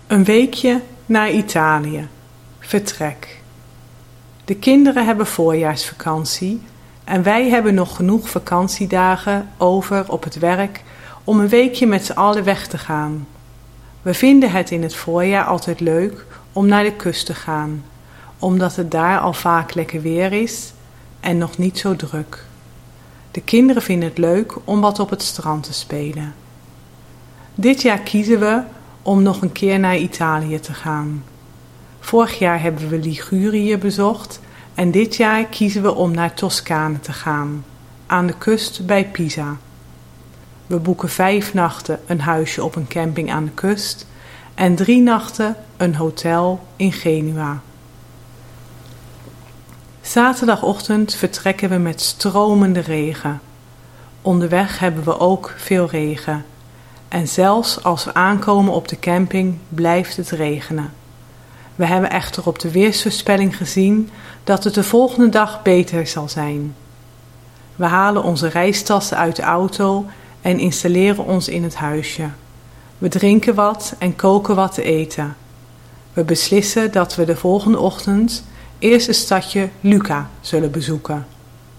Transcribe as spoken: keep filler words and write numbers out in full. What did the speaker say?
Een weekje naar Italië. Vertrek. De kinderen hebben voorjaarsvakantie en wij hebben nog genoeg vakantiedagen over op het werk om een weekje met z'n allen weg te gaan. We vinden het in het voorjaar altijd leuk om naar de kust te gaan, omdat het daar al vaak lekker weer is en nog niet zo druk. De kinderen vinden het leuk om wat op het strand te spelen. Dit jaar kiezen we om nog een keer naar Italië te gaan. Vorig jaar hebben we Ligurië bezocht en dit jaar kiezen we om naar Toscane te gaan, aan de kust bij Pisa. We boeken vijf nachten een huisje op een camping aan de kust en drie nachten een hotel in Genua. Zaterdagochtend vertrekken we met stromende regen. Onderweg hebben we ook veel regen. En zelfs als we aankomen op de camping blijft het regenen. We hebben echter op de weersvoorspelling gezien dat het de volgende dag beter zal zijn. We halen onze reistassen uit de auto en installeren ons in het huisje. We drinken wat en koken wat te eten. We beslissen dat we de volgende ochtend eerst het stadje Lucca zullen bezoeken.